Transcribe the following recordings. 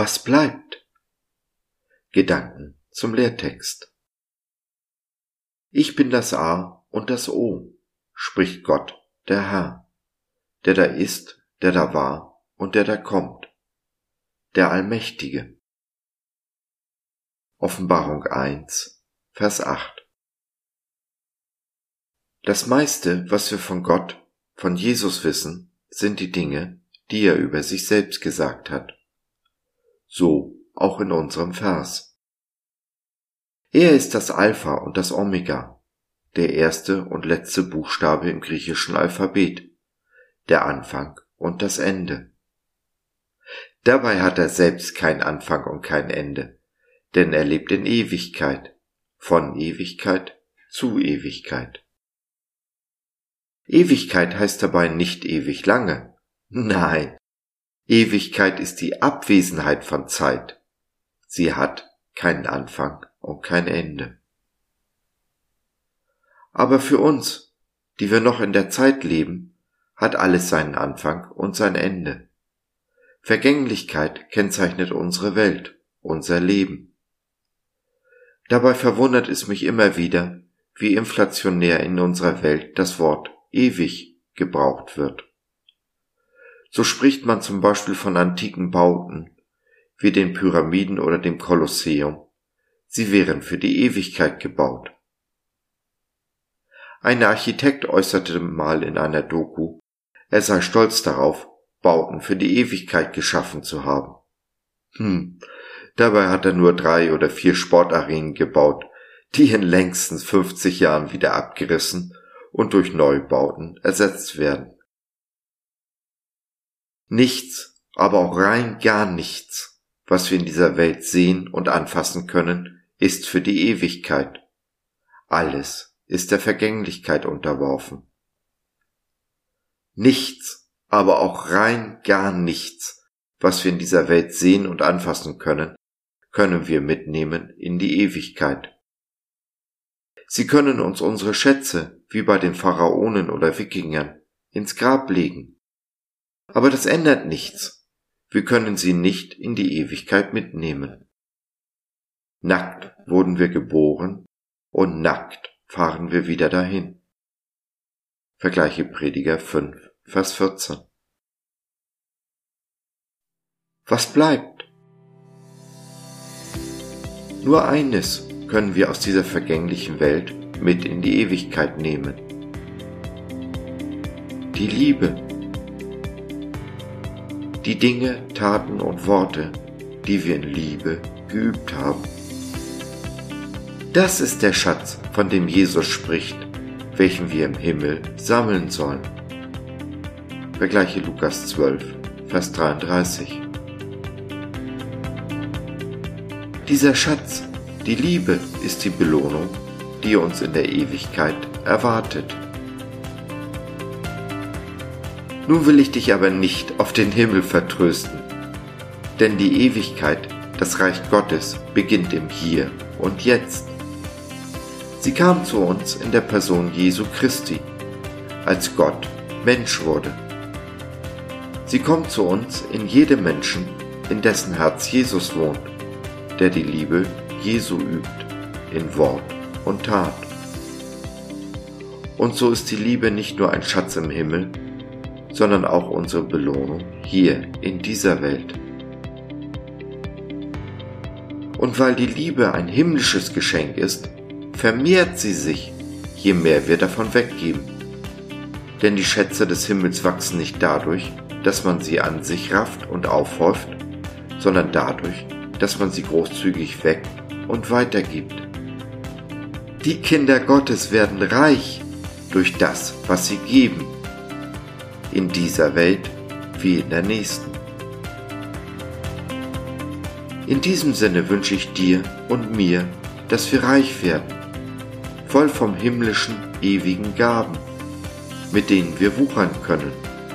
Was bleibt? Gedanken zum Lehrtext. Ich bin das A und das O, spricht Gott, der Herr, der da ist, der da war und der da kommt, der Allmächtige. Offenbarung 1, Vers 8. Das meiste, was wir von Gott, von Jesus wissen, sind die Dinge, die er über sich selbst gesagt hat. So auch in unserem Vers. Er ist das Alpha und das Omega, der erste und letzte Buchstabe im griechischen Alphabet, der Anfang und das Ende. Dabei hat er selbst keinen Anfang und kein Ende, denn er lebt in Ewigkeit, von Ewigkeit zu Ewigkeit. Ewigkeit heißt dabei nicht ewig lange. Nein, Ewigkeit ist die Abwesenheit von Zeit. Sie hat keinen Anfang und kein Ende. Aber für uns, die wir noch in der Zeit leben, hat alles seinen Anfang und sein Ende. Vergänglichkeit kennzeichnet unsere Welt, unser Leben. Dabei verwundert es mich immer wieder, wie inflationär in unserer Welt das Wort ewig gebraucht wird. So spricht man zum Beispiel von antiken Bauten, wie den Pyramiden oder dem Kolosseum. Sie wären für die Ewigkeit gebaut. Ein Architekt äußerte mal in einer Doku, er sei stolz darauf, Bauten für die Ewigkeit geschaffen zu haben. Dabei hat er nur 3 oder 4 Sportarenen gebaut, die in längstens 50 Jahren wieder abgerissen und durch Neubauten ersetzt werden. Nichts, aber auch rein gar nichts, was wir in dieser Welt sehen und anfassen können, ist für die Ewigkeit. Alles ist der Vergänglichkeit unterworfen. Nichts, aber auch rein gar nichts, was wir in dieser Welt sehen und anfassen können, können wir mitnehmen in die Ewigkeit. Sie können uns unsere Schätze, wie bei den Pharaonen oder Wikingern, ins Grab legen. Aber das ändert nichts. Wir können sie nicht in die Ewigkeit mitnehmen. Nackt wurden wir geboren und nackt fahren wir wieder dahin. Vergleiche Prediger 5, Vers 14. Was bleibt? Nur eines können wir aus dieser vergänglichen Welt mit in die Ewigkeit nehmen. Die Liebe. Die Dinge, Taten und Worte, die wir in Liebe geübt haben. Das ist der Schatz, von dem Jesus spricht, welchen wir im Himmel sammeln sollen. Vergleiche Lukas 12, Vers 33. Dieser Schatz, die Liebe, ist die Belohnung, die uns in der Ewigkeit erwartet. Nun will ich dich aber nicht auf den Himmel vertrösten, denn die Ewigkeit, das Reich Gottes, beginnt im Hier und Jetzt. Sie kam zu uns in der Person Jesu Christi, als Gott Mensch wurde. Sie kommt zu uns in jedem Menschen, in dessen Herz Jesus wohnt, der die Liebe Jesu übt, in Wort und Tat. Und so ist die Liebe nicht nur ein Schatz im Himmel, sondern auch unsere Belohnung hier in dieser Welt. Und weil die Liebe ein himmlisches Geschenk ist, vermehrt sie sich, je mehr wir davon weggeben. Denn die Schätze des Himmels wachsen nicht dadurch, dass man sie an sich rafft und aufhäuft, sondern dadurch, dass man sie großzügig weckt und weitergibt. Die Kinder Gottes werden reich durch das, was sie geben, in dieser Welt wie in der nächsten. In diesem Sinne wünsche ich dir und mir, dass wir reich werden, voll vom himmlischen, ewigen Gaben, mit denen wir wuchern können.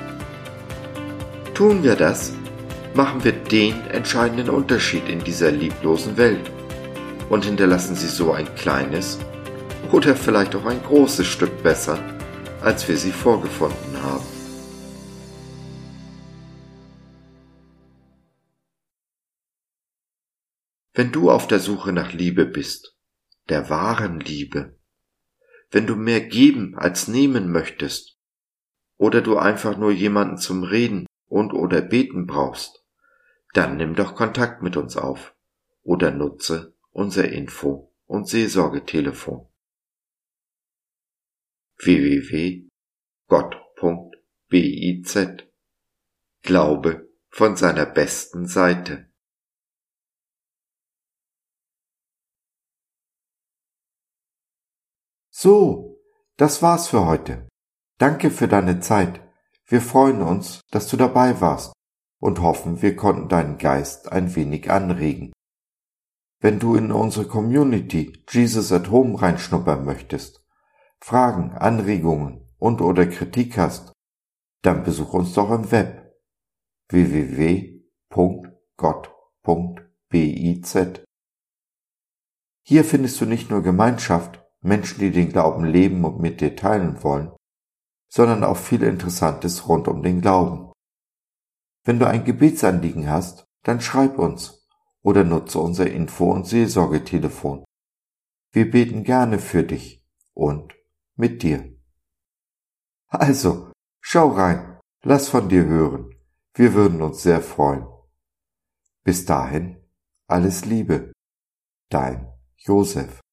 Tun wir das, machen wir den entscheidenden Unterschied in dieser lieblosen Welt und hinterlassen sie so ein kleines oder vielleicht auch ein großes Stück besser, als wir sie vorgefunden haben. Wenn du auf der Suche nach Liebe bist, der wahren Liebe, wenn du mehr geben als nehmen möchtest, oder du einfach nur jemanden zum Reden und/oder Beten brauchst, dann nimm doch Kontakt mit uns auf oder nutze unser Info- und Seelsorgetelefon www.gott.biz. Glaube von seiner besten Seite. So, das war's für heute. Danke für deine Zeit. Wir freuen uns, dass du dabei warst und hoffen, wir konnten deinen Geist ein wenig anregen. Wenn du in unsere Community Jesus at Home reinschnuppern möchtest, Fragen, Anregungen und/oder Kritik hast, dann besuch uns doch im Web www.gott.biz. Hier findest du nicht nur Gemeinschaft, Menschen, die den Glauben leben und mit dir teilen wollen, sondern auch viel Interessantes rund um den Glauben. Wenn du ein Gebetsanliegen hast, dann schreib uns oder nutze unser Info- und Seelsorgetelefon. Wir beten gerne für dich und mit dir. Also, schau rein, lass von dir hören. Wir würden uns sehr freuen. Bis dahin, alles Liebe. Dein Josef.